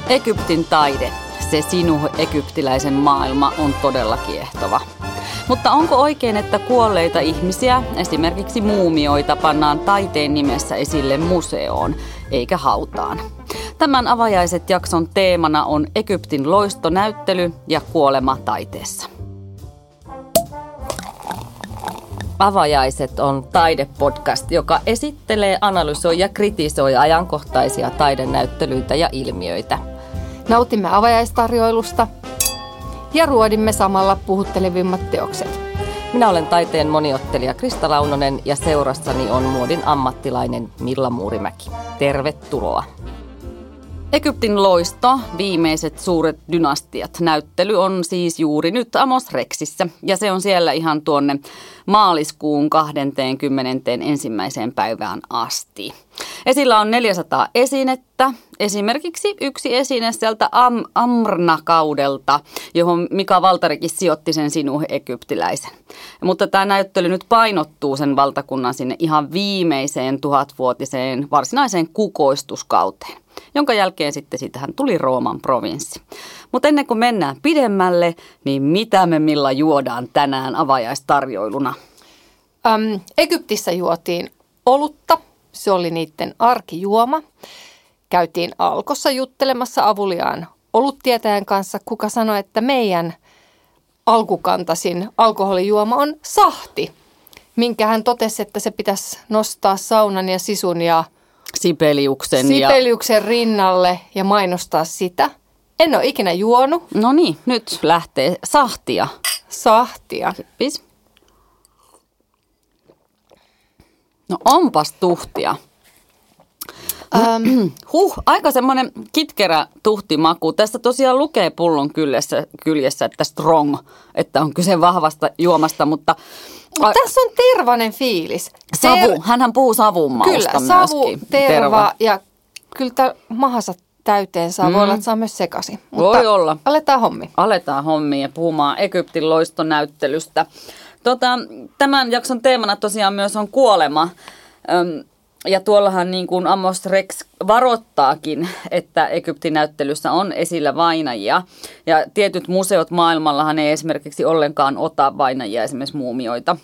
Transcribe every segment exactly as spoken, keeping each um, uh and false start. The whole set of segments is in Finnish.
Egyptin taide, se sinuhe egyptiläisen maailma on todella kiehtova. Mutta onko oikein, että kuolleita ihmisiä, esimerkiksi muumioita, pannaan taiteen nimessä esille museoon, eikä hautaan? Tämän avajaiset jakson teemana on Egyptin loistonäyttely ja kuolema taiteessa. Avajaiset on taidepodcast, joka esittelee, analysoi ja kritisoi ajankohtaisia taidenäyttelyitä ja ilmiöitä. Nautimme avajaistarjoilusta ja ruodimme samalla puhuttelevimmat teokset. Minä olen taiteen moniottelija Krista Launonen ja seurassani on muodin ammattilainen Milla Muurimäki. Tervetuloa! Egyptin loisto, viimeiset suuret dynastiat. Näyttely on siis juuri nyt Amos Rexissä ja se on siellä ihan tuonne maaliskuun kahdeskymmenesensimmäiseen päivään asti. Esillä on neljäsataa esinettä, esimerkiksi yksi esine sieltä Am- Amrna-kaudelta, johon Mika Valtarikin sijoitti sen sinuhe egyptiläisen. Mutta tämä näyttely nyt painottuu sen valtakunnan sinne ihan viimeiseen tuhatvuotiseen varsinaiseen kukoistuskauteen, jonka jälkeen sitten siitähän tuli Rooman provinssi. Mutta ennen kuin mennään pidemmälle, niin mitä me Milla juodaan tänään avajaistarjoiluna? Äm, Egyptissä juotiin olutta, se oli niiden arkijuoma. Käytiin Alkossa juttelemassa avuliaan oluttietäjän kanssa, kuka sanoi, että meidän alkukantasin alkoholijuoma on sahti, minkä hän totesi, että se pitäisi nostaa saunan ja sisun ja Sibeliuksen, Sibeliuksen ja rinnalle ja mainostaa sitä. En ole ikinä juonut. No niin, nyt lähtee sahtia. Sahtia. Kippis. No onpas tuhtia. Ähm. Huh, aika semmoinen kitkerä tuhtimaku. Tässä tosiaan lukee pullon kyljessä, kyljessä, että strong, että on kyse vahvasta juomasta, mutta Mut tässä on tervainen fiilis. Savu, Ter- hänhän puhuu savun mausta kyllä, savu, myöskin. terva, terva ja kyllä tämä mahassa täyteen saa. Mm. Voi olla, että saa myös sekaisin. Mutta voi olla. Aletaan hommi. Aletaan hommiin ja puhumaan Egyptin loistonäyttelystä. Tota, tämän jakson teemana tosiaan myös on kuolema. Öm, ja tuollahan niin kuin Amos Rex varoittaakin, että Egyptin näyttelyssä on esillä vainajia. Ja tietyt museot maailmallahan ei esimerkiksi ollenkaan ota vainajia, esimerkiksi muumioita.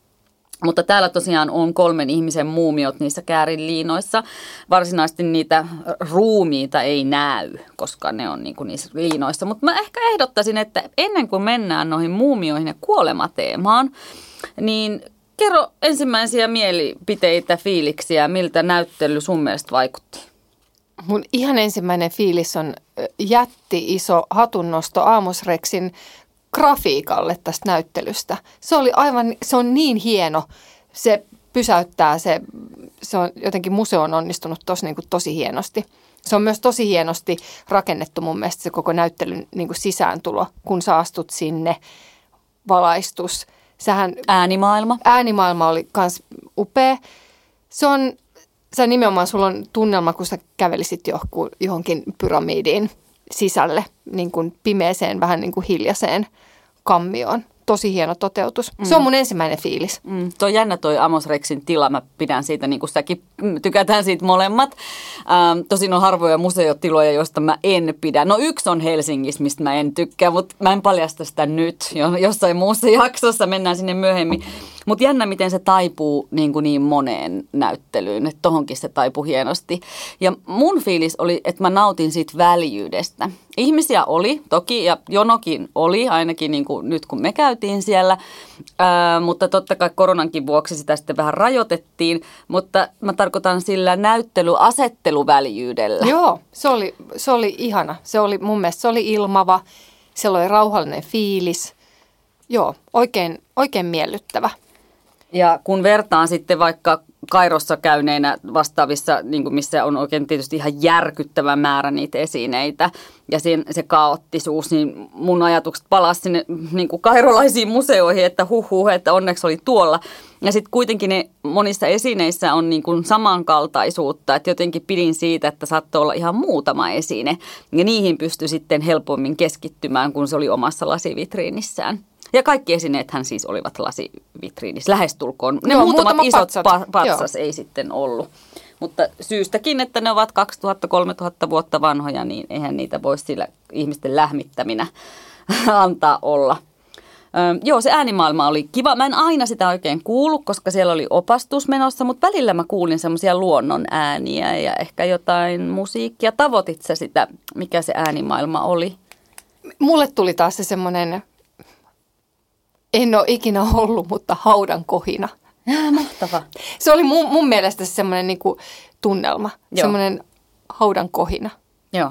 Mutta täällä tosiaan on kolmen ihmisen muumiot niissä käärinliinoissa. Varsinaisesti niitä ruumiita ei näy, koska ne on niin kuin niissä liinoissa. Mutta mä ehkä ehdottaisin, että ennen kuin mennään noihin muumioihin ja kuolemateemaan, niin kerro ensimmäisiä mielipiteitä, fiiliksiä, miltä näyttely sun mielestä vaikutti? Mun ihan ensimmäinen fiilis on jätti iso hatunnosto Amos Rexin grafiikalle tästä näyttelystä. Se oli aivan, se on niin hieno. Se pysäyttää, se, se on jotenkin museo on onnistunut tosi, niin kuin tosi hienosti. Se on myös tosi hienosti rakennettu mun mielestä se koko näyttelyn niin kuin sisääntulo, kun sä astut sinne, valaistus. Sähän, äänimaailma. Äänimaailma oli kans upea. Se on, sä nimenomaan sulla on tunnelma, kun sä kävelisit johonkin pyramidiin sisälle, niin kuin pimeeseen, vähän niin kuin hiljaiseen kammioon. Tosi hieno toteutus. Mm. Se on mun ensimmäinen fiilis. Mm. Tuo jännä toi Amos Rexin tila. Mä pidän siitä, niin kuin säkin tykätään siitä molemmat. Ähm, tosin on harvoja museotiloja, joista mä en pidä. No yksi on Helsingissä, mistä mä en tykkää, mutta mä en paljasta sitä nyt. Jossain muussa jaksossa mennään sinne myöhemmin. Mutta jännä, miten se taipuu niin, kuin niin moneen näyttelyyn. Että tohonkin se taipuu hienosti. Ja mun fiilis oli, että mä nautin siitä väljyydestä. Ihmisiä oli toki ja jonokin oli, ainakin niin kuin nyt kun me käytiin siellä. Ää, mutta totta kai koronankin vuoksi sitä sitten vähän rajoitettiin. Mutta mä tarkoitan sillä näyttelyasetteluväljyydellä. Joo, se oli, se oli ihana. Se oli, mun mielestä se oli ilmava. Siellä oli rauhallinen fiilis. Joo, oikein, oikein miellyttävä. Ja kun vertaan sitten vaikka Kairossa käyneenä vastaavissa, niin kuin missä on oikein tietysti ihan järkyttävä määrä niitä esineitä ja sen, se kaoottisuus, niin mun ajatukset palasi sinne niin kuin kairolaisiin museoihin, että huh huh, että onneksi oli tuolla. Ja sitten kuitenkin ne monissa esineissä on niin kuin samankaltaisuutta, että jotenkin pidin siitä, että saattoi olla ihan muutama esine. Ja niihin pystyi sitten helpommin keskittymään, kun se oli omassa lasivitriinissään. Ja kaikki esineethän siis olivat lasivitriinissä lähestulkoon. Ne Joo, muutamat isot patsat. pa- patsas Joo. ei sitten ollut. Mutta syystäkin, että ne ovat kaksituhatta kolmetuhatta vuotta vanhoja, niin eihän niitä voi sillä ihmisten lähmittäminä antaa olla. Öö, joo, se äänimaailma oli kiva. Mä en aina sitä oikein kuullut, koska siellä oli opastus menossa, mutta välillä mä kuulin semmoisia luonnon ääniä ja ehkä jotain musiikkia. Tavoitit sä sitä, mikä se äänimaailma oli? Mulle tuli taas se semmoinen, en ole ikinä ollut, mutta haudan kohina. Jaa, mahtava. Se oli mun, mun mielestä semmoinen niin kuin tunnelma, Joo. semmoinen haudan kohina. Joo.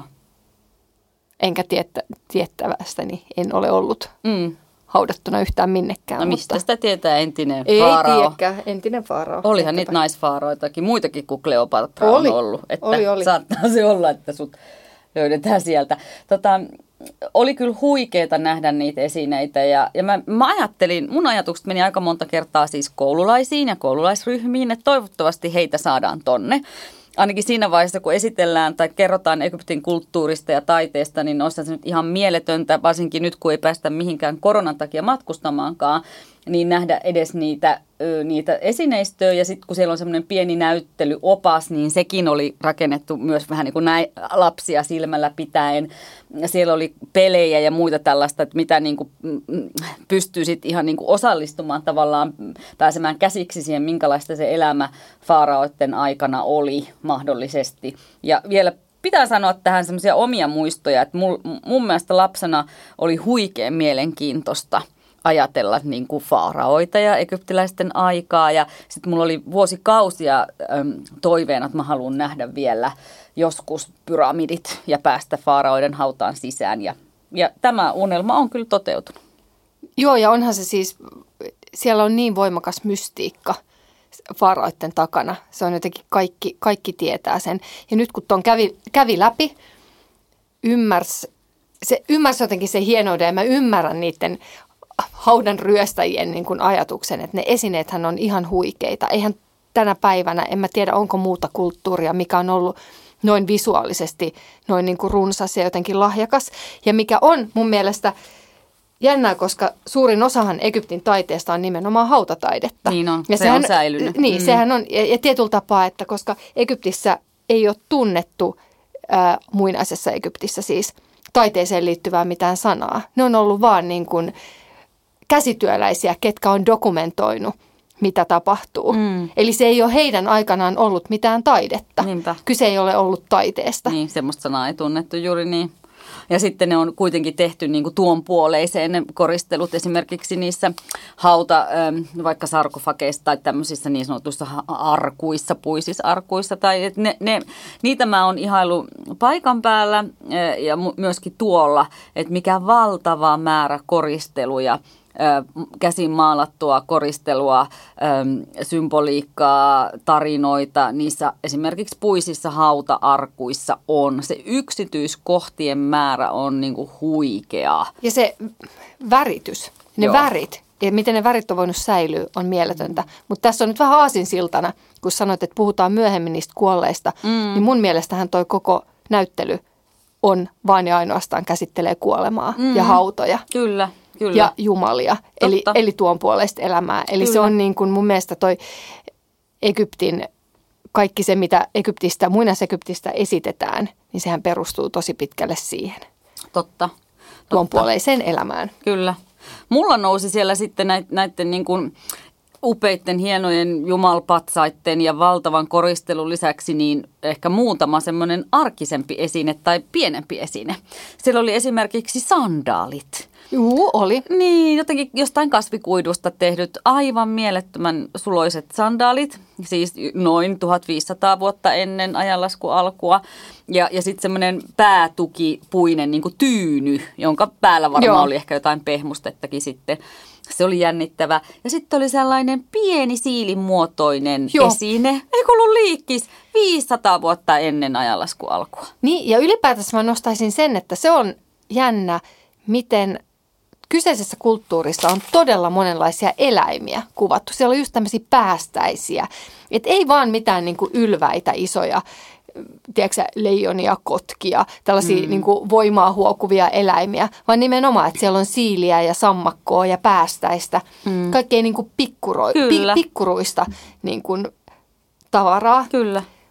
Enkä tiettä, tiettävästäni en ole ollut Mm. haudattuna yhtään minnekään. No mistä mutta sitä tietää entinen ei faarao? tiedäkään, entinen faarao. Olihan niitä Ehkäpä. naisfaaroitakin, muitakin kuin Kleopatra Oli. on ollut. Että Oli, oli. saattaa se olla, että sut löydetään sieltä. Tota, oli kyllä huikeeta nähdä niitä esineitä ja, ja mä, mä ajattelin, mun ajatukset meni aika monta kertaa siis koululaisiin ja koululaisryhmiin, että toivottavasti heitä saadaan tonne. Ainakin siinä vaiheessa, kun esitellään tai kerrotaan Egyptin kulttuurista ja taiteesta, niin olisi se nyt ihan mieletöntä, varsinkin nyt kun ei päästä mihinkään koronan takia matkustamaankaan, niin nähdä edes niitä, niitä esineistöjä. Ja sitten kun siellä on semmoinen pieni näyttelyopas, niin sekin oli rakennettu myös vähän niin kuin näin lapsia silmällä pitäen. Ja siellä oli pelejä ja muita tällaista, että mitä niin kuin pystyy sitten ihan niin kuin osallistumaan tavallaan, pääsemään käsiksi siihen, minkälaista se elämä faaraoiden aikana oli mahdollisesti. Ja vielä pitää sanoa tähän semmoisia omia muistoja, että mul, mun mielestä lapsena oli huikean mielenkiintoista ajatella niin kuin faaraoita ja egyptiläisten aikaa. Ja sitten mulla oli vuosikausia äm, toiveena, että mä haluan nähdä vielä joskus pyramidit ja päästä faaraoiden hautaan sisään. Ja, ja tämä unelma on kyllä toteutunut. Joo, ja onhan se siis, siellä on niin voimakas mystiikka faaraoiden takana. Se on jotenkin, kaikki, kaikki tietää sen. Ja nyt kun tuon kävi, kävi läpi, ymmärsi, se ymmärsi jotenkin sen hienouden, ja mä ymmärrän niiden haudan ryöstäjien niin kuin ajatuksen, että ne esineethän on ihan huikeita. Eihän tänä päivänä, en mä tiedä onko muuta kulttuuria, mikä on ollut noin visuaalisesti, noin niin kuin runsas ja jotenkin lahjakas. Ja mikä on mun mielestä jännää, koska suurin osahan Egyptin taiteesta on nimenomaan hautataidetta. Niin on, ja se sehän, on säilynyt. Niin, mm. sehän on, ja, ja tietyllä tapaa, että koska Egyptissä ei ole tunnettu, ää, muinaisessa Egyptissä siis, taiteeseen liittyvää mitään sanaa. Ne on ollut vaan niin kuin käsityöläisiä, ketkä on dokumentoinut, mitä tapahtuu. Mm. Eli se ei ole heidän aikanaan ollut mitään taidetta. Niinpä. Kyse ei ole ollut taiteesta. Niin, semmoista sanaa ei tunnettu juuri niin. Ja sitten ne on kuitenkin tehty niin kuin tuon puoleiseen ne koristelut esimerkiksi niissä hauta, vaikka sarkofageissa tai tämmöisissä niin sanotuissa arkuissa, puisisarkuissa. Tai ne, ne, niitä mä oon ihailu paikan päällä ja myöskin tuolla, että mikä valtava määrä koristeluja, käsin maalattua koristelua, symboliikkaa, tarinoita, niissä esimerkiksi puisissa hauta-arkuissa on. Se yksityiskohtien määrä on niinku huikea. Ja se väritys, ne Joo. värit, ja miten ne värit on voinut säilyä, on mieletöntä. Mutta tässä on nyt vähän aasinsiltana, kun sanoit, että puhutaan myöhemmin niistä kuolleista, mm. niin mun mielestähän toi koko näyttely on vain ja ainoastaan käsittelee kuolemaa mm. ja hautoja. Kyllä. Kyllä. Ja jumalia, eli, eli tuon puolesta elämää. Eli Kyllä. se on niin kuin mun mielestä toi Egyptin, kaikki se mitä Egyptistä, muinais-Egyptistä esitetään, niin sehän perustuu tosi pitkälle siihen. Totta. Tuon puoleiseen elämään. Kyllä. Mulla nousi siellä sitten näiden, näiden niin kuin upeitten, hienojen jumalpatsaitten ja valtavan koristelun lisäksi niin ehkä muutama semmoinen arkisempi esine tai pienempi esine. Siellä oli esimerkiksi sandaalit. Juu, oli. Niin, jotenkin jostain kasvikuidusta tehdyt aivan mielettömän suloiset sandaalit, siis noin tuhatviisisataa vuotta ennen ajanlaskun alkua. Ja, ja sitten semmoinen päätukipuinen niin kuin tyyny, jonka päällä varmaan Joo. oli ehkä jotain pehmustettakin sitten. Se oli jännittävä. Ja sitten oli sellainen pieni siilimuotoinen Joo. esine, eikö ollut liikkis, viisisataa vuotta ennen ajanlaskun alkua. Niin, ja ylipäätänsä mä nostaisin sen, että se on jännä, miten kyseisessä kulttuurissa on todella monenlaisia eläimiä kuvattu. Siellä on just tämmöisiä päästäisiä. Että ei vaan mitään niin kuin ylväitä isoja, tiedätkö, leijonia, kotkia, tällaisia mm. niin kuin voimaa huokuvia eläimiä, vaan nimenomaan, että siellä on siiliä ja sammakkoa ja päästäistä. Mm. Kaikkea niin kuin pikkuro, pi, pikkuruista niin kuin tavaraa. Kyllä.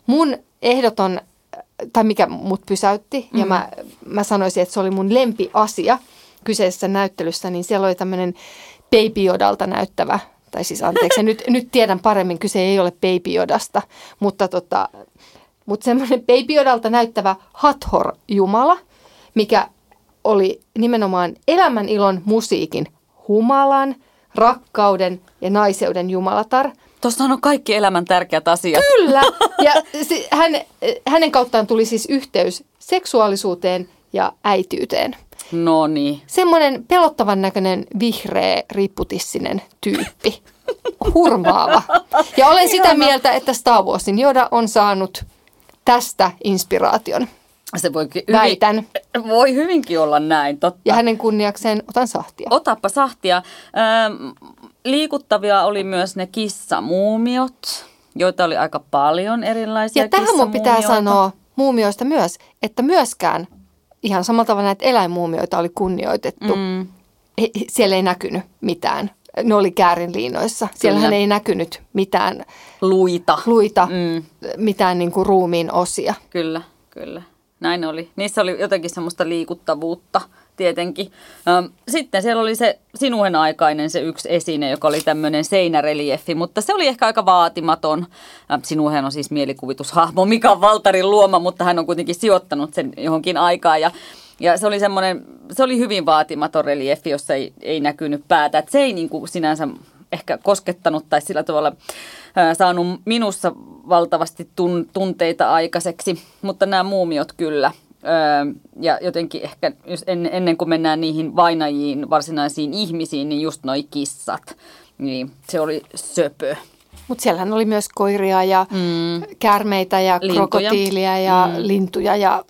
mun ehdoton, tai mikä mut pysäytti, mm-hmm. ja mä, mä sanoisin, että se oli mun lempiasia kyseisessä näyttelyssä, niin siellä oli tämmöinen Baby Yodalta näyttävä, tai siis anteeksi, nyt, nyt tiedän paremmin, kyse ei ole Baby Yodasta, mutta tota, mutta semmoinen Baby Yodalta näyttävä Hathor-jumala, mikä oli nimenomaan elämän, ilon, musiikin, humalan, rakkauden ja naiseuden jumalatar. Tuossa on kaikki elämän tärkeät asiat. Kyllä. Ja se, hän, hänen kauttaan tuli siis yhteys seksuaalisuuteen ja äitiyteen. No niin. Semmoinen pelottavan näköinen vihreä riipputissinen tyyppi. Hurmaava. Ja olen sitä Ihana. mieltä, että Star Warsin Yoda on saanut tästä inspiraation. Se voi, hyvin, Väitän. Voi hyvinkin olla näin, totta. Ja hänen kunniakseen otan sahtia. Otappa sahtia. Ähm, liikuttavia oli myös ne kissamuumiot, joita oli aika paljon erilaisia. Ja tähän mun pitää sanoa muumioista myös, että myöskään ihan samalla tavalla näitä eläinmuumioita oli kunnioitettu. Mm. Siellä ei näkynyt mitään. Ne oli käärinliinoissa. Siellähän ei näkynyt mitään luita, luita mm. mitään niin kuin ruumiin osia. Kyllä, kyllä. Näin oli. Niissä oli jotenkin semmoista liikuttavuutta tietenkin. Sitten siellä oli se sinuhen aikainen se yksi esine, joka oli tämmöinen seinärelieffi, mutta se oli ehkä aika vaatimaton. Sinuhen on siis mielikuvitushahmo Mika Valtarin luoma, mutta hän on kuitenkin sijoittanut sen johonkin aikaan ja Ja se oli semmoinen, se oli hyvin vaatimaton reliefi, jossa ei, ei näkynyt päätä. Et se ei niin kuin sinänsä ehkä koskettanut tai sillä tavalla ää, saanut minussa valtavasti tun, tunteita aikaiseksi, mutta nämä muumiot kyllä. Ää, ja jotenkin ehkä jos en, ennen kuin mennään niihin vainajiin, varsinaisiin ihmisiin, niin just noi kissat, niin se oli söpö. Mutta siellähän oli myös koiria ja mm. käärmeitä ja lintuja. Krokotiilia ja mm. lintuja ja...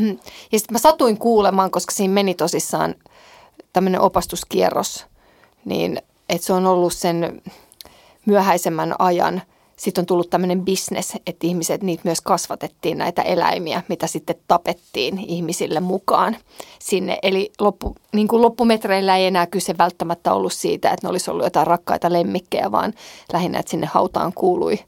Ja sitten mä satuin kuulemaan, koska siinä meni tosissaan tämmöinen opastuskierros, niin että se on ollut sen myöhäisemmän ajan. Sitten on tullut tämmöinen business, että ihmiset, niitä myös kasvatettiin näitä eläimiä, mitä sitten tapettiin ihmisille mukaan sinne. Eli loppu, niin kuin loppumetreillä ei enää kyse välttämättä ollut siitä, että ne olisi ollut jotain rakkaita lemmikkejä, vaan lähinnä, että sinne hautaan kuului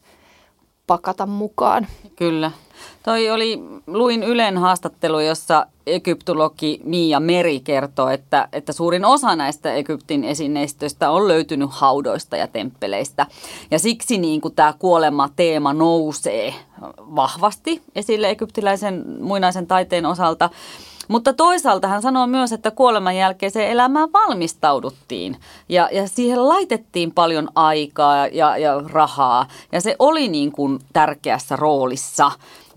pakata mukaan. Kyllä. Toi oli, luin Ylen haastattelu, jossa egyptologi Mia Meri kertoo, että, että suurin osa näistä Egyptin esineistöistä on löytynyt haudoista ja temppeleistä. Ja siksi niin kuin tämä kuolema-teema nousee vahvasti esille egyptiläisen muinaisen taiteen osalta. Mutta toisaalta hän sanoo myös, että kuoleman jälkeiseen elämään valmistauduttiin ja, ja siihen laitettiin paljon aikaa ja, ja rahaa. Ja se oli niin kuin tärkeässä roolissa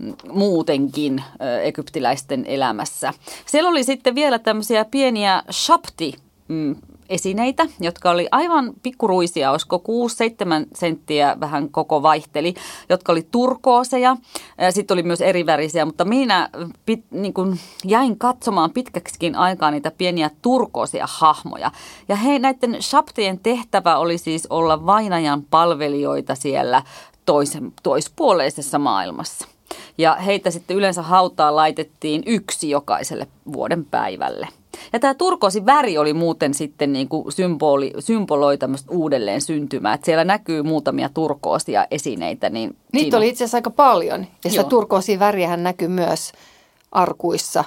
muutenkin egyptiläisten elämässä. Siellä oli sitten vielä tämmöisiä pieniä shabti esineitä, jotka oli aivan pikkuruisia, olisiko kuusi seitsemän senttiä vähän koko vaihteli, jotka oli turkooseja. Sitten oli myös erivärisiä, mutta minä pit, niin kuin jäin katsomaan pitkäksikin aikaa niitä pieniä turkoosia hahmoja. Ja he, näiden shabtien tehtävä oli siis olla vainajan palvelijoita siellä toisen, toispuoleisessa maailmassa. Ja heitä sitten yleensä hautaan laitettiin yksi jokaiselle vuoden päivälle. Ja tämä turkoosi väri oli muuten sitten niin kuin symboli, symboloi tämmöistä uudelleen syntymää. Että siellä näkyy muutamia turkoosia esineitä. Niin niitä siinä... oli itse asiassa aika paljon. Ja sitä turkoosia väriähän näkyy myös arkuissa.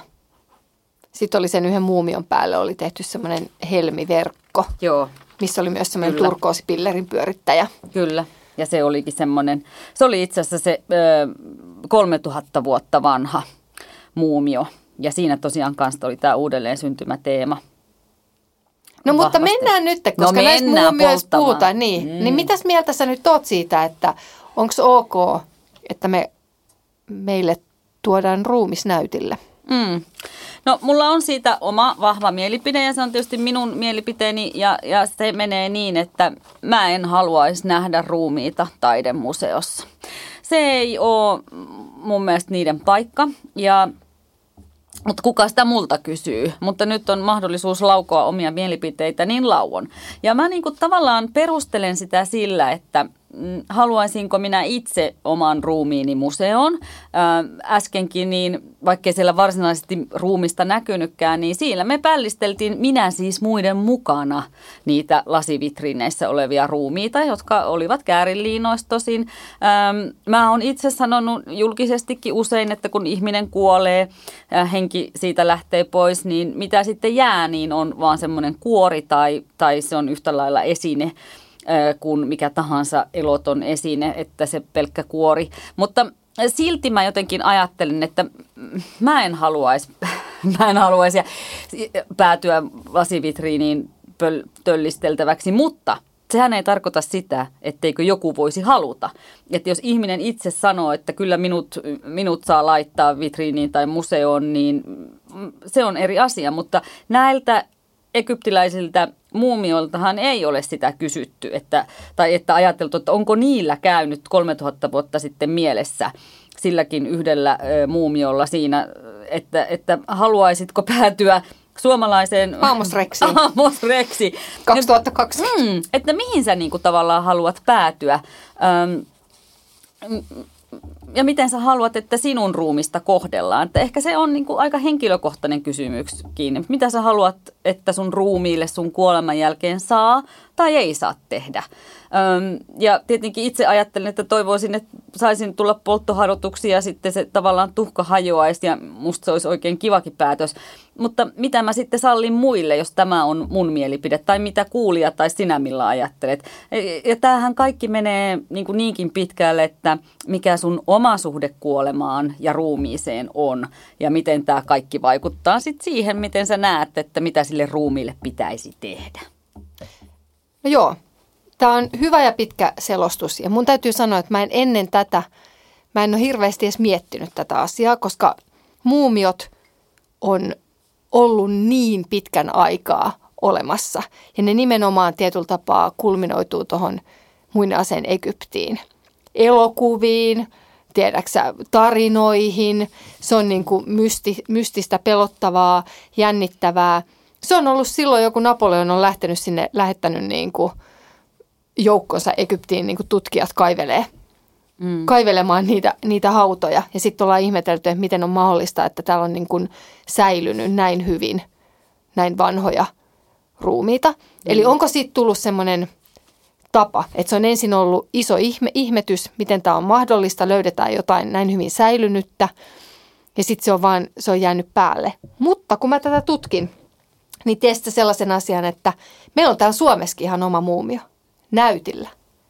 Sitten oli sen yhden muumion päälle oli tehty semmoinen helmiverkko, Joo. missä oli myös semmoinen Kyllä. turkoosipillerin pyörittäjä. Kyllä. Ja se olikin semmoinen, se oli itse asiassa se ö, kolmetuhatta vuotta vanha muumio. Ja siinä tosiaan kanssa oli tämä uudelleen syntymäteema. No mutta vahvasti. Mennään nyt, koska no, näistä muumioista puhutaan. Niin, mm. niin mitäs mieltä sä nyt oot siitä, että onko ok, että me, meille tuodaan ruumis näytille? Mm. No mulla on siitä oma vahva mielipide ja se on tietysti minun mielipiteeni ja, ja se menee niin, että mä en haluaisi nähdä ruumiita taidemuseossa. Se ei ole mun mielestä niiden paikka ja... Mutta kuka sitä multa kysyy? Mutta nyt on mahdollisuus laukoa omia mielipiteitä, niin lauon. Ja mä niinku tavallaan perustelen sitä sillä, että haluaisinko minä itse oman ruumiini museoon. Äskenkin, niin vaikkei siellä varsinaisesti ruumista näkynytkään, niin siinä me pällisteltiin, minä siis muiden mukana, niitä lasivitriineissä olevia ruumiita, jotka olivat käärinliinoista tosin. Mä oon itse sanonut julkisestikin usein, että kun ihminen kuolee, henki siitä lähtee pois, niin mitä sitten jää, niin on vaan semmoinen kuori tai, tai se on yhtä lailla esine kuin mikä tahansa eloton esine, että se pelkkä kuori. Mutta silti mä jotenkin ajattelin, että mä en haluaisi, mä en haluaisi päätyä lasivitriiniin töllisteltäväksi, mutta sehän ei tarkoita sitä, etteikö joku voisi haluta. Että jos ihminen itse sanoo, että kyllä minut, minut saa laittaa vitriiniin tai museoon, niin se on eri asia. Mutta näiltä egyptiläisiltä muumioiltahan ei ole sitä kysytty, että, tai että ajateltu, että onko niillä käynyt kolmetuhatta vuotta sitten mielessä silläkin yhdellä ö, muumiolla siinä, että, että haluaisitko päätyä suomalaiseen Amos Rexiin. Amos Rexi. kaksituhattakaksikymmentä. Mm, että mihin sä niinku tavallaan haluat päätyä. Öm, ja miten sä haluat, että sinun ruumista kohdellaan. Että ehkä se on niinku aika henkilökohtainen kysymyskin. Mitä sä haluat, että sun ruumiille sun kuoleman jälkeen saa tai ei saa tehdä. Öm, ja tietenkin itse ajattelin, että toivoisin, että saisin tulla polttoharjoituksia ja sitten se tavallaan tuhka hajoaisi ja musta se olisi oikein kivakin päätös. Mutta mitä mä sitten sallin muille, jos tämä on mun mielipide tai mitä kuulija tai sinä millä ajattelet. Ja tämähän kaikki menee niin kuin niinkin pitkälle, että mikä sun oma suhde kuolemaan ja ruumiiseen on ja miten tämä kaikki vaikuttaa sitten siihen, miten sä näet, että mitä sille ruumiille pitäisi tehdä. No joo. Tämä on hyvä ja pitkä selostus ja mun täytyy sanoa, että mä en ennen tätä, mä en ole hirveästi edes miettinyt tätä asiaa, koska muumiot on ollut niin pitkän aikaa olemassa ja ne nimenomaan tietyllä tapaa kulminoituu tuohon muinaiseen Egyptiin, elokuviin, tiedäksä, tarinoihin, se on niin kuin mysti, mystistä, pelottavaa, jännittävää. Se on ollut silloin, joku Napoleon on lähtenyt sinne, lähettänyt niin kuin joukkonsa Egyptiin, niin kuin tutkijat kaivelee, mm. kaivelemaan niitä, niitä hautoja. Ja sitten ollaan ihmetelty, että miten on mahdollista, että täällä on niin kuin säilynyt näin hyvin, näin vanhoja ruumiita. Mm. Eli onko siitä tullut semmoinen tapa, että se on ensin ollut iso ihme, ihmetys, miten tämä on mahdollista, löydetään jotain näin hyvin säilynyttä. Ja sitten se on vaan, se on jäänyt päälle. Mutta kun mä tätä tutkin, niin tiedätkö sellaisen asian, että meillä on täällä Suomessakin ihan oma muumio. Näytillä.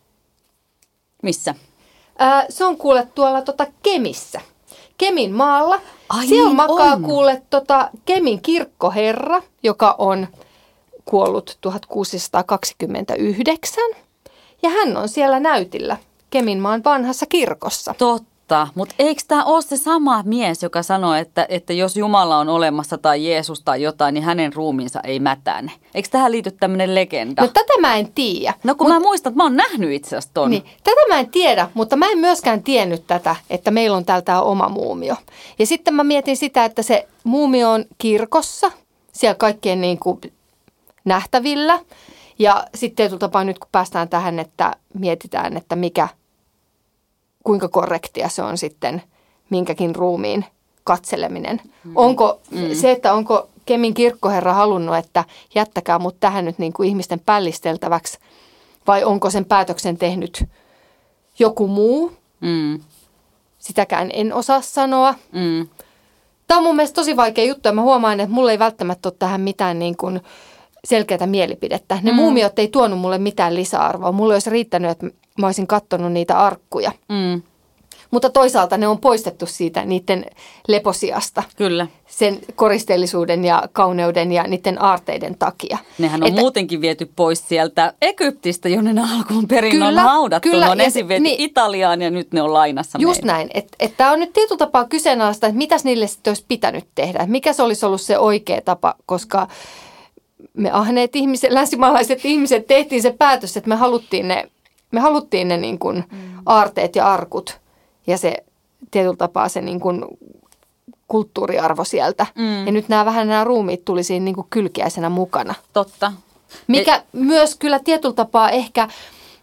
Missä? Ää, se on kuule tuolla tota Kemissä. Kemin maalla. Ai Siellä niin makaa on. kuule tota Kemin kirkkoherra, joka on kuollut tuhatkuusisataakaksikymmentäyhdeksän. Ja hän on siellä näytillä Keminmaan vanhassa kirkossa. Totta, mutta eikö tämä ole se sama mies, joka sanoo, että, että jos Jumala on olemassa tai Jeesus tai jotain, niin hänen ruumiinsa ei mätäne? Eikö tähän liity tämmöinen legenda? No tätä mä en tiedä. No kun mut, mä muistan, että mä oon nähnyt itse asiassa ton. Niin, tätä mä en tiedä, mutta mä en myöskään tiennyt tätä, että meillä on täällä oma muumio. Ja sitten mä mietin sitä, että se muumio on kirkossa, siellä kaikkien niin kuin nähtävillä. Ja sitten tietyllä tapaa nyt kun päästään tähän, että mietitään, että mikä, kuinka korrektia se on sitten minkäkin ruumiin katseleminen. Mm. Onko mm. se, että onko Kemin kirkkoherra halunnut, että jättäkää mut tähän nyt niin kuin ihmisten pällisteltäväksi, vai onko sen päätöksen tehnyt joku muu? Mm. Sitäkään en osaa sanoa. Mm. Tämä on mun mielestä tosi vaikea juttu ja mä huomaan, että mulla ei välttämättä ole tähän mitään niin kuin selkeätä mielipidettä. Ne mm. muumiot ei tuonut mulle mitään lisäarvoa. Mulle olisi riittänyt, että mä olisin katsonut niitä arkkuja. Mm. Mutta toisaalta ne on poistettu siitä niiden leposiasta. Kyllä. Sen koristeellisuuden ja kauneuden ja niiden aarteiden takia. Nehän on että, muutenkin viety pois sieltä Egyptistä, jonne ne alkuun perin kyllä, on haudattu. Kyllä, ne on ensin viety niin, Italiaan ja nyt ne on lainassa just meille. näin. Että et tämä on nyt tietyllä tapaa kyseenalaista, että mitäs niille sitten olisi pitänyt tehdä. Et mikä se olisi ollut se oikea tapa, koska me ahneet ihmiset, länsimaalaiset ihmiset tehtiin se päätös, että me haluttiin ne, me haluttiin ne niin kuin mm. aarteet ja arkut ja se tietyllä tapaa se niin kuin kulttuuriarvo sieltä. Mm. Ja nyt nämä vähän nämä ruumiit tuli siinä niin kuin kylkiäisenä mukana. Totta. Mikä e- myös kyllä tietyllä tapaa ehkä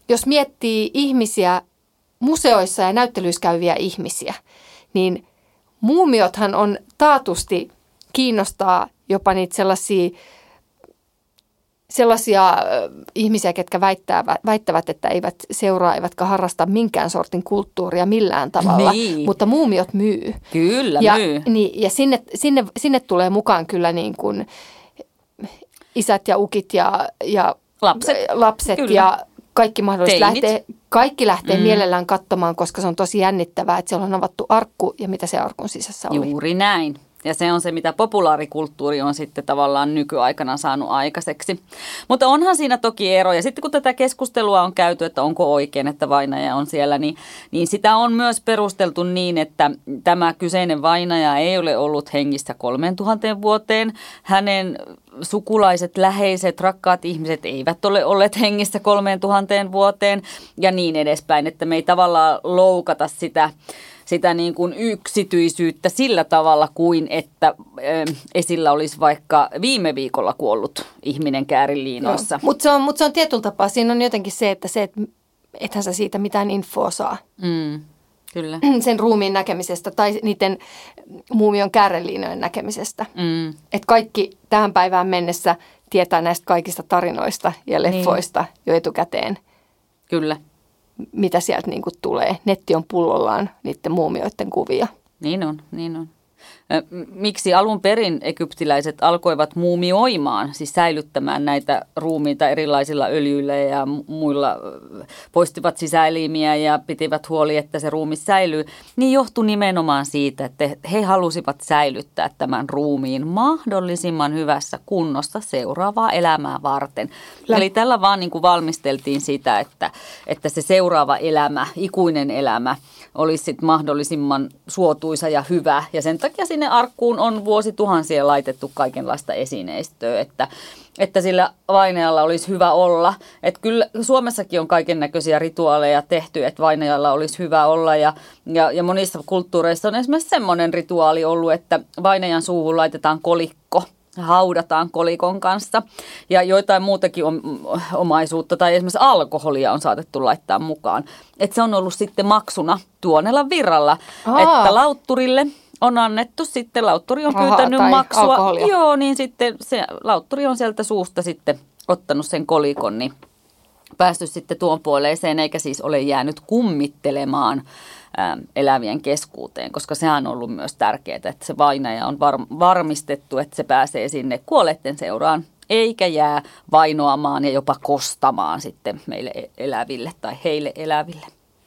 jos miettii ihmisiä, museoissa ja näyttelyissä käyviä ihmisiä, niin muumiothan on taatusti kiinnostaa jopa niitä sellaisia, sellaisia ihmisiä, ketkä väittävät, väittävät, että eivät seuraa eivätkä harrasta minkään sortin kulttuuria millään tavalla, niin. mutta muumiot myy. Kyllä ja, myy. Niin, ja sinne, sinne, sinne tulee mukaan kyllä niin kuin isät ja ukit ja, ja lapset, lapset ja kaikki mahdolliset lähtee, kaikki lähtee mm. mielellään katsomaan, koska se on tosi jännittävää, että siellä on avattu arkku ja mitä se arkun sisässä oli. Juuri näin. Ja se on se, mitä populaarikulttuuri on sitten tavallaan nykyaikana saanut aikaiseksi. Mutta onhan siinä toki eroja. Sitten kun tätä keskustelua on käyty, että onko oikein, että vainaja on siellä, niin, niin sitä on myös perusteltu niin, että tämä kyseinen vainaja ei ole ollut hengissä kolmeen tuhanteen vuoteen. Hänen sukulaiset, läheiset, rakkaat ihmiset eivät ole olleet hengissä kolmeen tuhanteen vuoteen ja niin edespäin, että me ei tavallaan loukata sitä sitä niin kuin yksityisyyttä sillä tavalla kuin, että ö, esillä olisi vaikka viime viikolla kuollut ihminen kääriliinoissa. Mutta se, mut se on tietyllä tapaa, siinä on jotenkin se, että se, et, ethän sä siitä mitään infoa saa. Mm, kyllä. Sen ruumiin näkemisestä tai niiden muumion kääriliinojen näkemisestä. Mm. Että kaikki tähän päivään mennessä tietää näistä kaikista tarinoista ja leffoista niin. jo etukäteen. Kyllä. Mitä sieltä niin kuin tulee. Netti on pullollaan niiden muumioiden kuvia. Niin on, niin on. Miksi alun perin egyptiläiset alkoivat muumioimaan, siis säilyttämään näitä ruumiita erilaisilla öljyillä ja muilla, poistivat sisäelimiä ja pitivät huoli, että se ruumi säilyy, niin johtui nimenomaan siitä, että he halusivat säilyttää tämän ruumiin mahdollisimman hyvässä kunnossa seuraavaa elämää varten. Lä- Eli tällä vaan niin kuin valmisteltiin sitä, että, että se seuraava elämä, ikuinen elämä, olisi sit mahdollisimman suotuisa ja hyvä. Ja sen takia sinne arkkuun on vuosituhansia laitettu kaikenlaista esineistöä, että, että sillä vainajalla olisi hyvä olla. Että kyllä Suomessakin on kaiken näköisiä rituaaleja tehty, että vainajalla olisi hyvä olla. Ja, ja, ja monissa kulttuureissa on esimerkiksi semmoinen rituaali ollut, että vainajan suuhun laitetaan kolikko. Haudataan kolikon kanssa ja joitain muutakin omaisuutta tai esimerkiksi alkoholia on saatettu laittaa mukaan. Että se on ollut sitten maksuna Tuonelan virralla, Aa. että lautturille on annettu sitten, lautturi on pyytänyt Rahaa maksua. Alkoholia. Joo, niin sitten se lautturi on sieltä suusta sitten ottanut sen kolikon, niin päässyt sitten tuon puoleiseen eikä siis ole jäänyt kummittelemaan elävien keskuuteen, koska sehän on ollut myös tärkeää, että se vainaja on var- varmistettu, että se pääsee sinne kuolleiden seuraan, eikä jää vainoamaan ja jopa kostamaan sitten meille eläville tai heille eläville.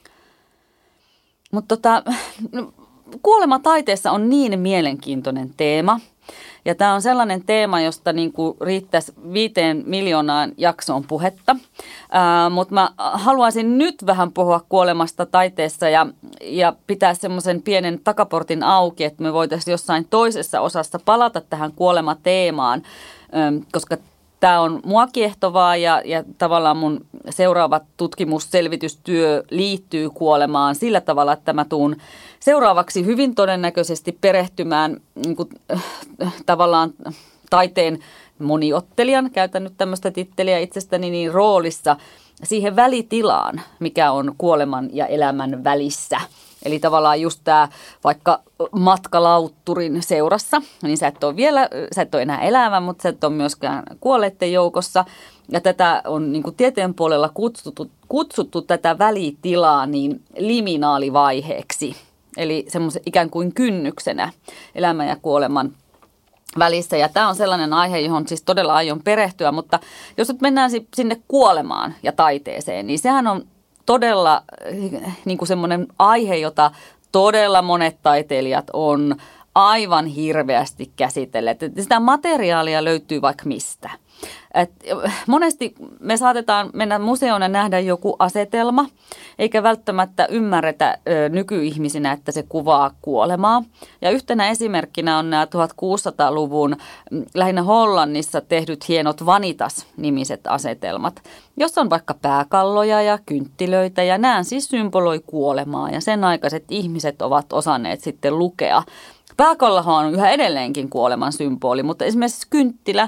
Mutta tota, kuolema taiteessa on niin mielenkiintoinen teema. Ja tämä on sellainen teema, josta niin kuin riittäisi viiteen miljoonaan jaksoon puhetta. Ää, mutta mä haluaisin nyt vähän puhua kuolemasta taiteessa ja, ja pitää semmoisen pienen takaportin auki, että me voitaisiin jossain toisessa osassa palata tähän kuolemateemaan, ää, koska tämä on mua kiehtovaa ja, ja tavallaan mun seuraava tutkimusselvitystyö liittyy kuolemaan sillä tavalla, että mä tuun seuraavaksi hyvin todennäköisesti perehtymään niin kuin, äh, tavallaan taiteen moniottelijan, käytän nyt tämmöistä titteliä itsestäni, niin roolissa siihen välitilaan, mikä on kuoleman ja elämän välissä. Eli tavallaan just tämä vaikka matkalautturin seurassa, niin sä et ole vielä, sä et ole enää elävä, mutta sä et ole myöskään kuolleiden joukossa. Ja tätä on niin kuin tieteen puolella kutsuttu, kutsuttu tätä välitilaa niin liminaalivaiheeksi. Eli semmoisen ikään kuin kynnyksenä elämän ja kuoleman välissä. Ja tämä on sellainen aihe, johon siis todella aion perehtyä, mutta jos nyt mennään sinne kuolemaan ja taiteeseen, niin sehän on todella niin kuin semmoinen aihe, jota todella monet taiteilijat on aivan hirveästi käsitelleet. Sitä materiaalia löytyy vaikka mistä. Et monesti me saatetaan mennä museoon ja nähdä joku asetelma, eikä välttämättä ymmärretä ö, nykyihmisinä, että se kuvaa kuolemaa. Ja yhtenä esimerkkinä on nämä tuhatkuusisataaluvun lähinnä Hollannissa tehdyt hienot Vanitas-nimiset asetelmat, jossa on vaikka pääkalloja ja kynttilöitä, ja nämä siis symboloi kuolemaa, ja sen aikaiset ihmiset ovat osanneet sitten lukea. Pääkallahan on yhä edelleenkin kuoleman symboli, mutta esimerkiksi kynttilä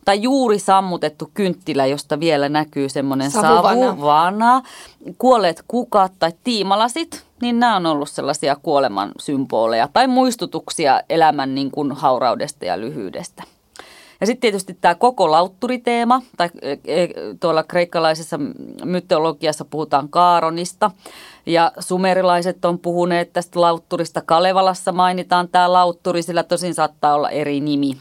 tai juuri sammutettu kynttilä, josta vielä näkyy semmoinen Savuvana. savuvana, kuolleet kukat tai tiimalasit, niin nämä on ollut sellaisia kuoleman symboleja tai muistutuksia elämän niin kuin hauraudesta ja lyhyydestä. Ja sitten tietysti tämä koko lautturiteema, tai tuolla kreikkalaisessa mytologiassa puhutaan Kaaronista, ja sumerilaiset on puhuneet tästä lautturista. Kalevalassa mainitaan tämä lautturi, sillä tosin saattaa olla eri nimi.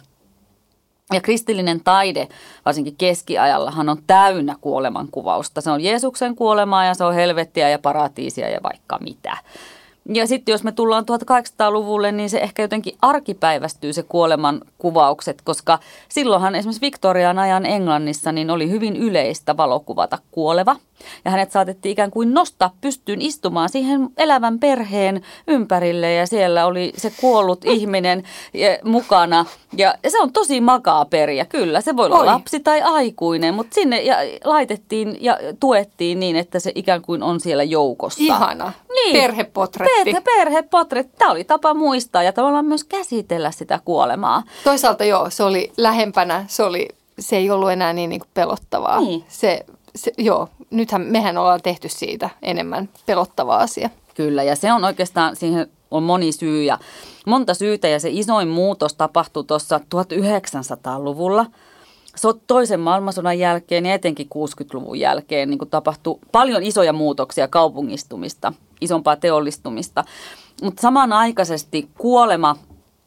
Ja kristillinen taide, varsinkin keskiajallahan, on täynnä kuolemankuvausta. Se on Jeesuksen kuolemaa ja se on helvettiä ja paratiisia ja vaikka mitä. Ja sitten jos me tullaan tuhatkahdeksansataaluvulle, niin se ehkä jotenkin arkipäivästyy se kuoleman kuvaukset, koska silloinhan esimerkiksi Victorian ajan Englannissa niin oli hyvin yleistä valokuvata kuoleva. Ja hänet saatettiin ikään kuin nostaa pystyyn istumaan siihen elävän perheen ympärille ja siellä oli se kuollut ihminen mukana. Ja se on tosi makaaperia, kyllä. Se voi olla Oi. lapsi tai aikuinen, mutta sinne ja laitettiin ja tuettiin niin, että se ikään kuin on siellä joukossa. Ihana. Niin. Perhepotretti. Perhe, perhepotretti. Tämä oli tapa muistaa ja tavallaan myös käsitellä sitä kuolemaa. Toisaalta joo, se oli lähempänä, se, oli, se ei ollut enää niin, niin kuin pelottavaa. Niin. Se, se, joo, nythän mehän ollaan tehty siitä enemmän pelottava asia. Kyllä, ja se on oikeastaan, siihen on moni syy ja monta syytä, ja se isoin muutos tapahtui tuossa tuhatyhdeksänsataaluvulla. Toisen maailmansodan jälkeen ja etenkin kuusikymmentäluvun jälkeen niin tapahtui paljon isoja muutoksia, kaupungistumista, isompaa teollistumista, mutta samanaikaisesti kuolema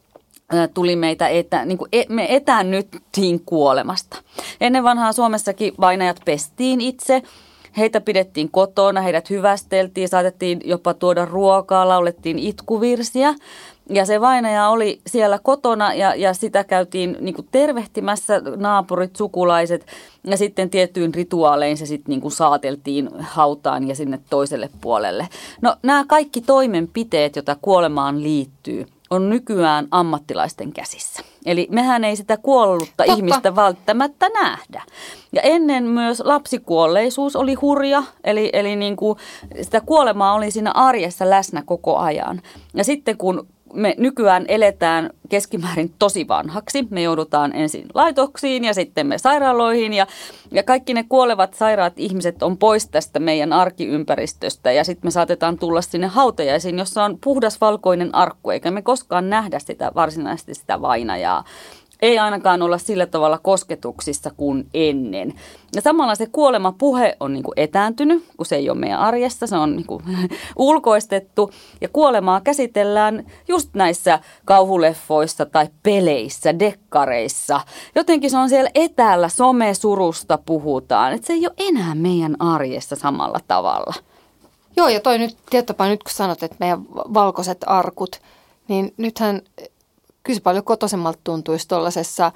tuli meitä, etä, niin kuin me etäännyttiin kuolemasta. Ennen vanhaa Suomessakin vainajat pestiin itse, heitä pidettiin kotona, heidät hyvästeltiin, saatettiin jopa tuoda ruokaa, laulettiin itkuvirsiä. Ja se vainaja oli siellä kotona ja, ja sitä käytiin niin kuin tervehtimässä, naapurit, sukulaiset. Ja sitten tiettyyn rituaalein se sitten niin kuin saateltiin hautaan ja sinne toiselle puolelle. No nämä kaikki toimenpiteet, joita kuolemaan liittyy, on nykyään ammattilaisten käsissä. Eli mehän ei sitä kuollutta Totta. ihmistä välttämättä nähdä. Ja ennen myös lapsikuolleisuus oli hurja, eli, eli niin kuin sitä kuolemaa oli siinä arjessa läsnä koko ajan. Ja sitten kun me nykyään eletään keskimäärin tosi vanhaksi. Me joudutaan ensin laitoksiin ja sitten me sairaaloihin ja, ja kaikki ne kuolevat sairaat ihmiset on pois tästä meidän arkiympäristöstä ja sitten me saatetaan tulla sinne hautajaisiin, jossa on puhdas valkoinen arkku, eikä me koskaan nähdä sitä varsinaisesti sitä vainajaa. Ei ainakaan olla sillä tavalla kosketuksissa kuin ennen. Ja samalla se kuolemapuhe on niin kuin etääntynyt, kun se ei ole meidän arjessa, se on niin kuin ulkoistettu. Ja kuolemaa käsitellään just näissä kauhuleffoissa tai peleissä, dekkareissa. Jotenkin se on siellä etäällä, somesurusta puhutaan. Että se ei ole enää meidän arjessa samalla tavalla. Joo, ja toi nyt, tietopaa nyt kun sanot, että meidän valkoiset arkut, niin nythän kyllä se paljon kotoisemmalta tuntuisi tuollaisessa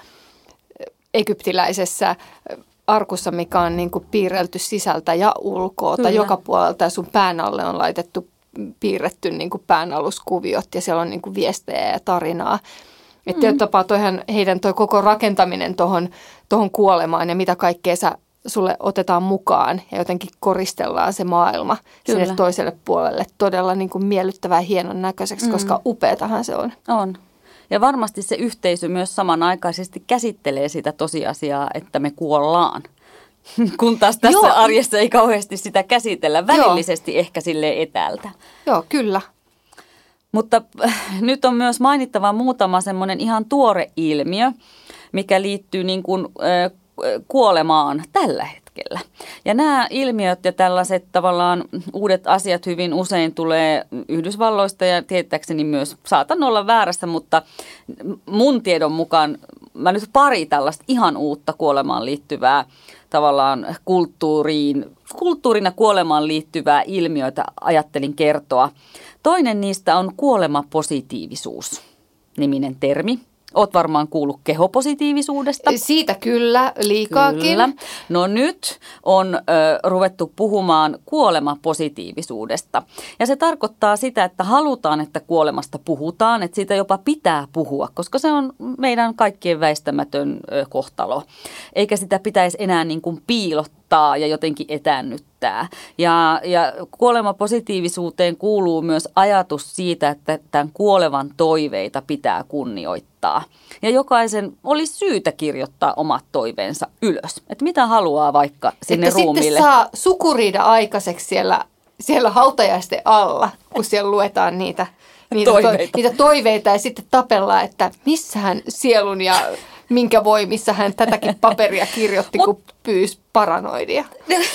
egyptiläisessä arkussa, mikä on niin kuin piirrelty sisältä ja ulkoa tai joka puolelta ja sun pään alle on laitettu, piirretty niin kuin päänalluskuviot ja siellä on niin kuin viestejä ja tarinaa. Että mm-hmm. tapaa toihan, heidän toi koko rakentaminen tuohon tohon kuolemaan ja mitä kaikkea sä, sulle otetaan mukaan ja jotenkin koristellaan se maailma Kyllä. sinne toiselle puolelle todella niin kuin miellyttävää ja hienon näköiseksi, mm-hmm. koska upeatahan se on. On. Ja varmasti se yhteisö myös samanaikaisesti käsittelee sitä tosiasiaa, että me kuollaan. Kun taas tässä Joo. arjessa ei kauheasti sitä käsitellä, välillisesti Joo. ehkä silleen etäältä. Joo, kyllä. Mutta nyt on myös mainittava muutama semmoinen ihan tuore ilmiö, mikä liittyy niin kuin, äh, kuolemaan tällä hetkellä. Ja nämä ilmiöt ja tällaiset tavallaan uudet asiat hyvin usein tulee Yhdysvalloista ja tietääkseni myös, saatan olla väärässä, mutta mun tiedon mukaan mä nyt pari tällaista ihan uutta kuolemaan liittyvää tavallaan kulttuuriin, kulttuurina kuolemaan liittyvää ilmiötä ajattelin kertoa. Toinen niistä on kuolemapositiivisuus niminen termi. Oot varmaan kuullut kehopositiivisuudesta. Siitä kyllä, liikaakin. Kyllä. No nyt on ö, ruvettu puhumaan kuolemapositiivisuudesta. Ja se tarkoittaa sitä, että halutaan, että kuolemasta puhutaan, että siitä jopa pitää puhua, koska se on meidän kaikkien väistämätön ö, kohtalo. Eikä sitä pitäisi enää niin kuin piilottaa rajoittaa ja jotenkin etäännyttää. Ja, ja kuolemapositiivisuuteen kuuluu myös ajatus siitä, että tämän kuolevan toiveita pitää kunnioittaa. Ja jokaisen olisi syytä kirjoittaa omat toiveensa ylös. Että mitä haluaa vaikka sinne että ruumiille. Sitten saa sukuriida aikaiseksi siellä, siellä hautajaisten alla, kun siellä luetaan niitä, niitä, toiveita. To, niitä toiveita ja sitten tapellaan, että missähän sielun ja minkä voimissa hän tätäkin paperia kirjoitti, Mut, kun pyysi paranoidia.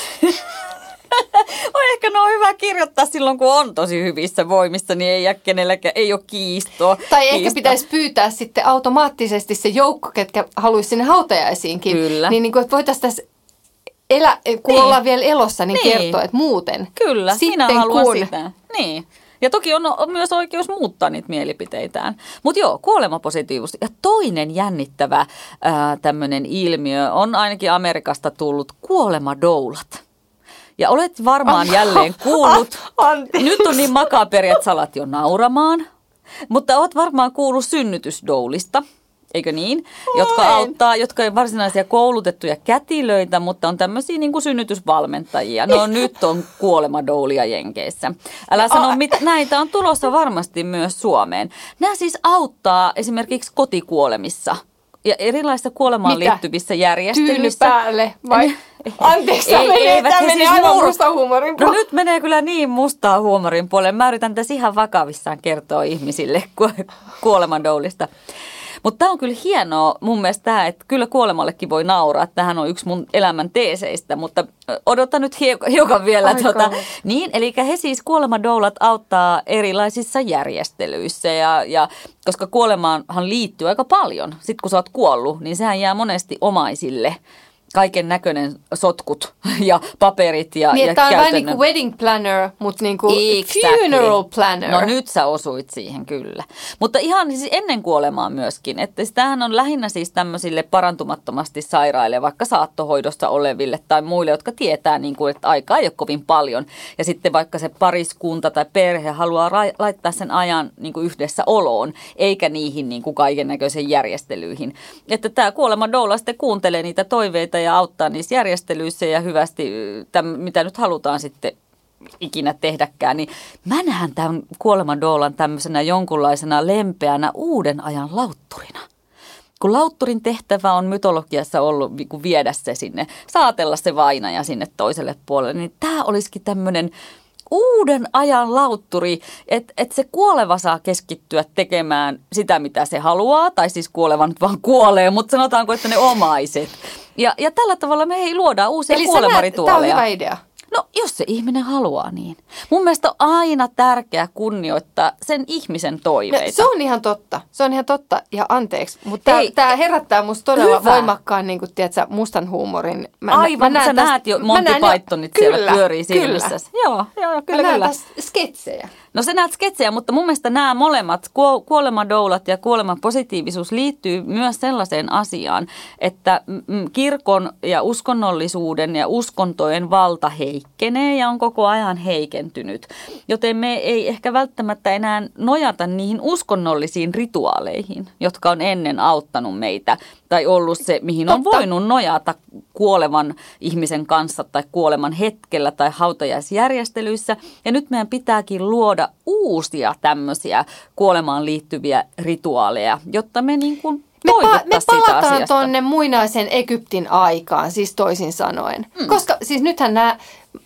On ehkä ne on hyvä kirjoittaa silloin, kun on tosi hyvissä voimissa, niin ei jää kenelläkään, ei ole kiistoa. Tai kiistoa. Ehkä pitäisi pyytää sitten automaattisesti se joukko, ketkä haluaisi sinne hautajaisiinkin. Kyllä. Niin, niin kuin, että voitaisiin tässä, elä, kun niin. ollaan vielä elossa, niin, niin kertoa, että muuten. Kyllä, sitten minä haluan kun... sitä. Niin. Ja toki on, on myös oikeus muuttaa niitä mielipiteitään. Mutta joo, kuolemapositiivisuus. Ja toinen jännittävä tämmöinen ilmiö on ainakin Amerikasta tullut kuolemadoulat. Ja olet varmaan jälleen kuullut, nyt on niin makaperi, että salat jo nauramaan, mutta olet varmaan kuullut synnytysdoulista, eikö niin? Jotka Olen. auttaa, jotka ei varsinaisia koulutettuja kätilöitä, mutta on tämmöisiä niin kuin synnytysvalmentajia. No nyt on kuolemadoulia Jenkeissä. Älä sano, mitä, näitä on tulossa varmasti myös Suomeen. Nämä siis auttaa esimerkiksi kotikuolemissa ja erilaisissa kuolemaan Mitä? liittyvissä järjestelyissä. Tyyny päälle vai? Anteeksi, tämä menee, tämä menee siis aivan mur... mustan huumorin puolelle. No nyt menee kyllä niin mustaa huumorin puolelle. Mä yritän tässä ihan vakavissaan kertoa ihmisille kuolemadoulista. Mutta tämä on kyllä hienoa mun mielestä tämä, että kyllä kuolemallekin voi nauraa. Tämähän on yksi mun elämän teeseistä, mutta odotan nyt hiukan vielä. Tuota, niin, eli he siis kuolemadoulat auttaa erilaisissa järjestelyissä, ja, ja, koska kuolemaanhan liittyy aika paljon. Sitten kun sä oot kuollut, niin sehän jää monesti omaisille. Kaiken näköinen sotkut ja paperit ja, niin, ja tämä on käytännön. vähän niin kuin wedding planner, mutta niin kuin exactly. funeral planner. No nyt sä osuit siihen kyllä. Mutta ihan siis ennen kuolemaa myöskin. Että sitähän on lähinnä siis tämmöisille parantumattomasti sairaille, vaikka saattohoidossa oleville tai muille, jotka tietää, niin kuin, että aikaa ei ole kovin paljon. Ja sitten vaikka se pariskunta tai perhe haluaa ra- laittaa sen ajan niin kuin yhdessä oloon, eikä niihin niin kuin kaiken näköisiin järjestelyihin. Että tämä kuolemadoula sitten kuuntelee niitä toiveita ja auttaa niissä järjestelyissä ja hyvästi, täm, mitä nyt halutaan sitten ikinä tehdäkään, niin mä näen tämän kuolemadoulan tämmöisenä jonkunlaisena lempeänä uuden ajan lautturina. Kun lautturin tehtävä on mytologiassa ollut viedä se sinne, saatella se vainaja sinne toiselle puolelle, niin tämä olisikin tämmöinen uuden ajan lautturi, että et se kuoleva saa keskittyä tekemään sitä, mitä se haluaa, tai siis kuoleva nyt vaan kuolee, mutta sanotaanko, että ne omaiset. Ja, ja tällä tavalla me ei luoda uusia kuolemarituaaleja. Eli tämä on hyvä idea. No, jos se ihminen haluaa niin. Mun mielestä on aina tärkeää kunnioittaa sen ihmisen toiveita. No, se on ihan totta. Se on ihan totta. Ja anteeksi, mutta tämä herättää musta todella hyvä. voimakkaan niin kuin, tiedätkö, mustan huumorin. Mä, Aivan, mä sä tästä, näet jo Monty Pythonit jo, siellä pyörii silmissä. Joo, joo, kyllä, mä kyllä. sketsejä. No sä näet sketsejä, mutta mun mielestä nämä molemmat, kuolemadoulat ja kuolemapositiivisuus liittyy myös sellaiseen asiaan, että kirkon ja uskonnollisuuden ja uskontojen valta heikkenee ja on koko ajan heikentynyt. Joten me ei ehkä välttämättä enää nojata niihin uskonnollisiin rituaaleihin, jotka on ennen auttanut meitä tai ollut se, mihin on Totta. voinut nojata kuolevan ihmisen kanssa tai kuoleman hetkellä tai hautajaisjärjestelyissä. Ja nyt meidän pitääkin luoda uusia tämmöisiä kuolemaan liittyviä rituaaleja, jotta me niin kuin toivottaisiin me, pa- me sitä palataan asiasta. tuonne muinaisen Egyptin aikaan, siis toisin sanoen. Hmm. Koska siis nythän nämä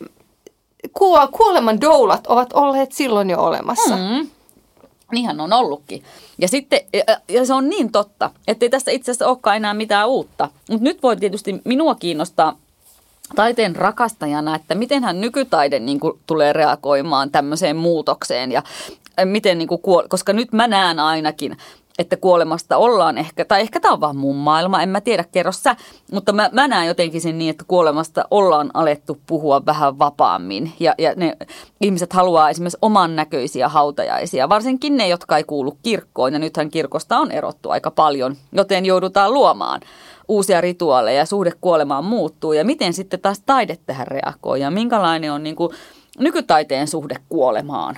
kuoleman doulat ovat olleet silloin jo olemassa. Hmm. Niinhän on ollutkin. Ja sitten, ja se on niin totta, että ei tässä itse asiassa olekaan enää mitään uutta. Mutta nyt voi tietysti minua kiinnostaa taiteen rakastajana, että mitenhän nykytaide niin kuin tulee reagoimaan tämmöiseen muutokseen. Ja miten, niin kuin, koska nyt mä näen ainakin, että kuolemasta ollaan ehkä, tai ehkä tämä on vaan mun maailma, en mä tiedä, kerro sä, mutta mä, mä näen jotenkin sen niin, että kuolemasta ollaan alettu puhua vähän vapaammin. Ja, ja ne ihmiset haluaa esimerkiksi oman näköisiä hautajaisia, varsinkin ne, jotka ei kuulu kirkkoon, ja nythän kirkosta on erottu aika paljon, joten joudutaan luomaan uusia rituaaleja ja suhde kuolemaan muuttuu, ja miten sitten taas taide tähän reagoi, ja minkälainen on niin kuin nykytaiteen suhde kuolemaan.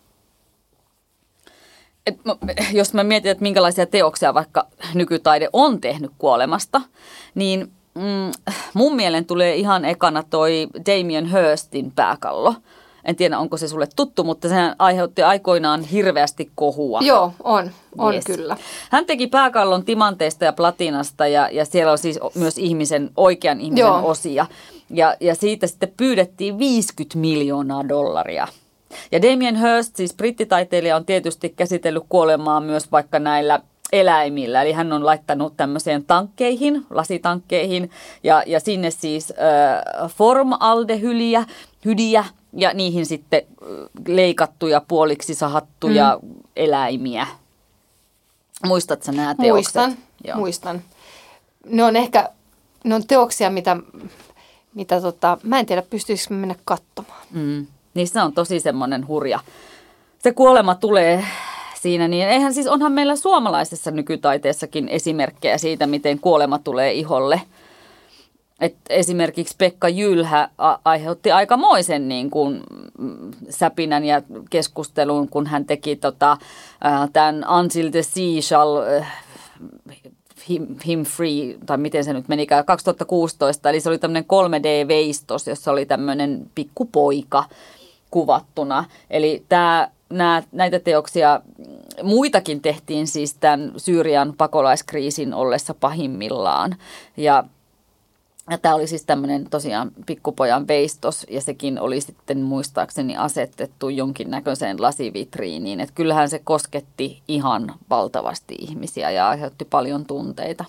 Et, jos mä mietin, että minkälaisia teoksia vaikka nykytaide on tehnyt kuolemasta, niin mm, mun mielen tulee ihan ekana toi Damien Hirstin pääkallo. En tiedä, onko se sulle tuttu, mutta sehän aiheutti aikoinaan hirveästi kohua. Joo, on. On yes. kyllä. Hän teki pääkallon timanteista ja platinasta ja, ja siellä on siis myös ihmisen, oikean ihmisen Joo. osia. Ja, ja siitä sitten pyydettiin viisikymmentä miljoonaa dollaria. Ja Damien Hirst, siis brittitaiteilija, on tietysti käsitellyt kuolemaa myös vaikka näillä eläimillä. Eli hän on laittanut tämmöiseen tankkeihin, lasitankkeihin ja, ja sinne siis äh, formaldehyliä, hydiä ja niihin sitten leikattuja, puoliksi sahattuja mm. eläimiä. Muistatko nämä teokset? Muistan, Joo. muistan. Ne on ehkä, ne on teoksia, mitä, mitä tota, mä en tiedä, pystyisikö mennä katsomaan. Mm. Niissä on tosi semmoinen hurja. Se kuolema tulee siinä, niin eihän siis, onhan meillä suomalaisessa nykytaiteessakin esimerkkejä siitä, miten kuolema tulee iholle. Et esimerkiksi Pekka Jylhä a- aiheutti aikamoisen niin kuin säpinän ja keskustelun, kun hän teki tota, tämän Until the Sea Shall äh, him, him Free, tai miten se nyt menikään, kaksituhattakuusitoista. Eli se oli tämmöinen kolme D-veistos, jossa oli tämmöinen pikkupoika kuvattuna. Eli tämä, nää, näitä teoksia, muitakin tehtiin siis tämän Syyrian pakolaiskriisin ollessa pahimmillaan. Ja Ja tämä oli siis tämmöinen tosiaan pikkupojan veistos ja sekin oli sitten muistaakseni asetettu jonkinnäköiseen lasivitriiniin. Että kyllähän se kosketti ihan valtavasti ihmisiä ja aiheutti paljon tunteita.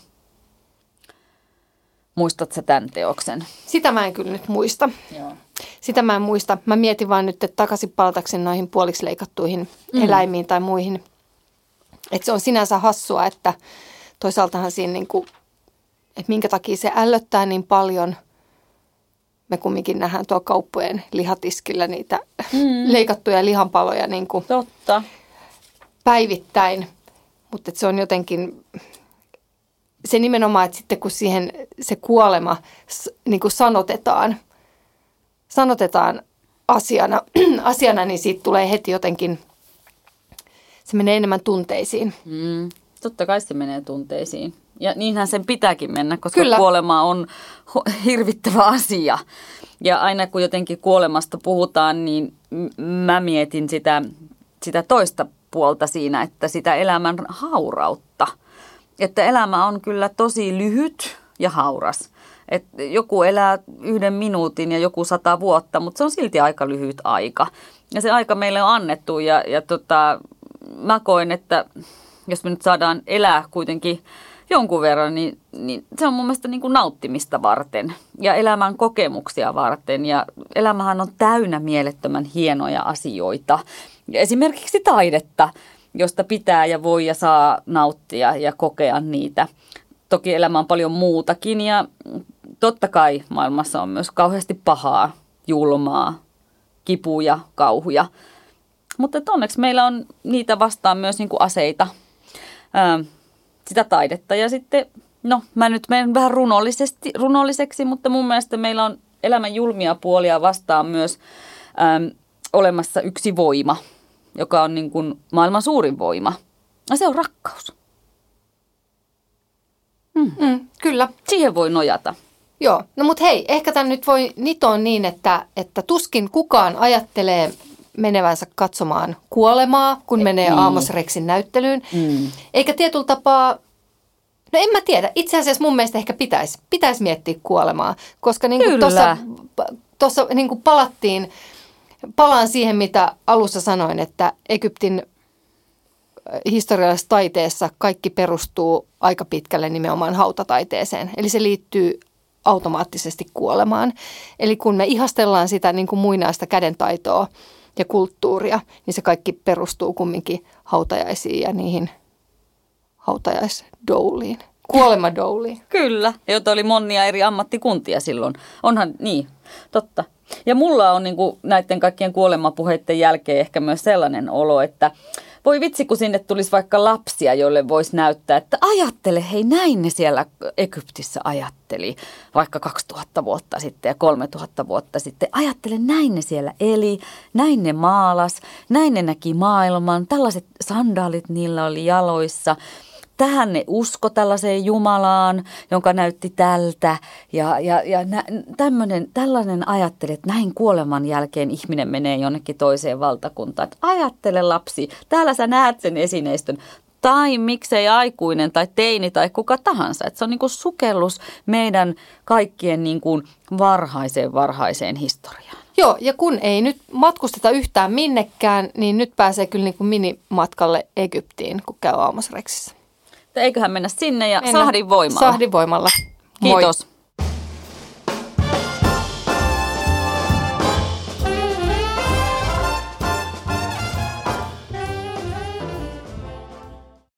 Muistatko tämän teoksen? Sitä mä en kyllä nyt muista. Joo. Sitä mä en muista. Mä mietin vaan nyt, että takaisin palatakseni noihin puoliksi leikattuihin mm. eläimiin tai muihin. Että se on sinänsä hassua, että toisaaltahan siinä niinku, että minkä takia se ällöttää niin paljon. Me kumminkin nähdään tuolla kauppojen lihatiskillä niitä mm. leikattuja lihanpaloja niin kuin Totta. päivittäin. Mutta se on jotenkin, se nimenomaan, että sitten kun siihen se kuolema niin kuin sanotetaan, sanotetaan asiana, asiana, niin siitä tulee heti jotenkin, se menee enemmän tunteisiin. Mm. Totta kai se menee tunteisiin. Ja niinhän sen pitääkin mennä, koska Kyllä. kuolema on hirvittävä asia. Ja aina kun jotenkin kuolemasta puhutaan, niin mä mietin sitä, sitä toista puolta siinä, että sitä elämän haurautta. Että elämä on kyllä tosi lyhyt ja hauras. Että joku elää yhden minuutin ja joku sata vuotta, mutta se on silti aika lyhyt aika. Ja se aika meille on annettu ja, ja tota, mä koen, että jos me nyt saadaan elää kuitenkin jonkun verran, niin, niin se on mun mielestä niin kuin nauttimista varten ja elämän kokemuksia varten. Ja elämähän on täynnä mielettömän hienoja asioita. Ja esimerkiksi taidetta, josta pitää ja voi ja saa nauttia ja kokea niitä. Toki elämä on paljon muutakin ja totta kai maailmassa on myös kauheasti pahaa, julmaa, kipuja, kauhuja. Mutta onneksi meillä on niitä vastaan myös niin kuin aseita. Ää, sitä taidetta ja sitten, no mä nyt menen vähän runollisesti, runolliseksi, mutta mun mielestä meillä on elämän julmia puolia vastaan myös äm, olemassa yksi voima, joka on niin kuin maailman suurin voima. Ja se on rakkaus. Mm. Mm, kyllä. Siihen voi nojata. Joo, no mut hei, ehkä tämän nyt voi nitoa niin, että, että tuskin kukaan ajattelee menevänsä katsomaan kuolemaa, kun menee mm. Amos Rexin näyttelyyn. Mm. Eikä tietyllä tapaa, no en mä tiedä, itse asiassa mun mielestä ehkä pitäisi, pitäisi miettiä kuolemaa, koska niin kuin tuossa, tuossa niin kuin palattiin, palaan siihen, mitä alussa sanoin, että Egyptin historiallisessa taiteessa kaikki perustuu aika pitkälle nimenomaan hautataiteeseen, eli se liittyy automaattisesti kuolemaan. Eli kun me ihastellaan sitä niin kuin muinaista kädentaitoa ja kulttuuria, niin se kaikki perustuu kumminkin hautajaisiin ja niihin hautajaisdouliin, kuolemadouliin. Kyllä, joita oli monia eri ammattikuntia silloin. Onhan niin, totta. Ja mulla on niin kuin näiden kaikkien kuolemapuheiden jälkeen ehkä myös sellainen olo, että voi vitsi, kun sinne tulisi vaikka lapsia, joille voisi näyttää, että ajattele, hei näin ne siellä Egyptissä ajatteli vaikka kaksituhatta vuotta sitten ja kolmetuhatta vuotta sitten. Ajattele, näin ne siellä eli, näin ne maalas, näin ne näki maailman, tällaiset sandaalit niillä oli jaloissa. tähän ne usko tällaiseen Jumalaan, jonka näytti tältä. Ja, ja, ja nä, tämmönen, tällainen ajatteli, että näin kuoleman jälkeen ihminen menee jonnekin toiseen valtakuntaan. Että ajattele lapsi, täällä sä näet sen esineistön. Tai miksei aikuinen tai teini tai kuka tahansa. Että se on niin kuin sukellus meidän kaikkien niin kuin varhaiseen varhaiseen historiaan. Joo, ja kun ei nyt matkusteta yhtään minnekään, niin nyt pääsee kyllä niin kuin minimatkalle Egyptiin, kun käy Amos Rexissä. Eiköhän mennä sinne ja Mennään. sahdin voimalla. Sahdin voimalla. Kiitos. Moi.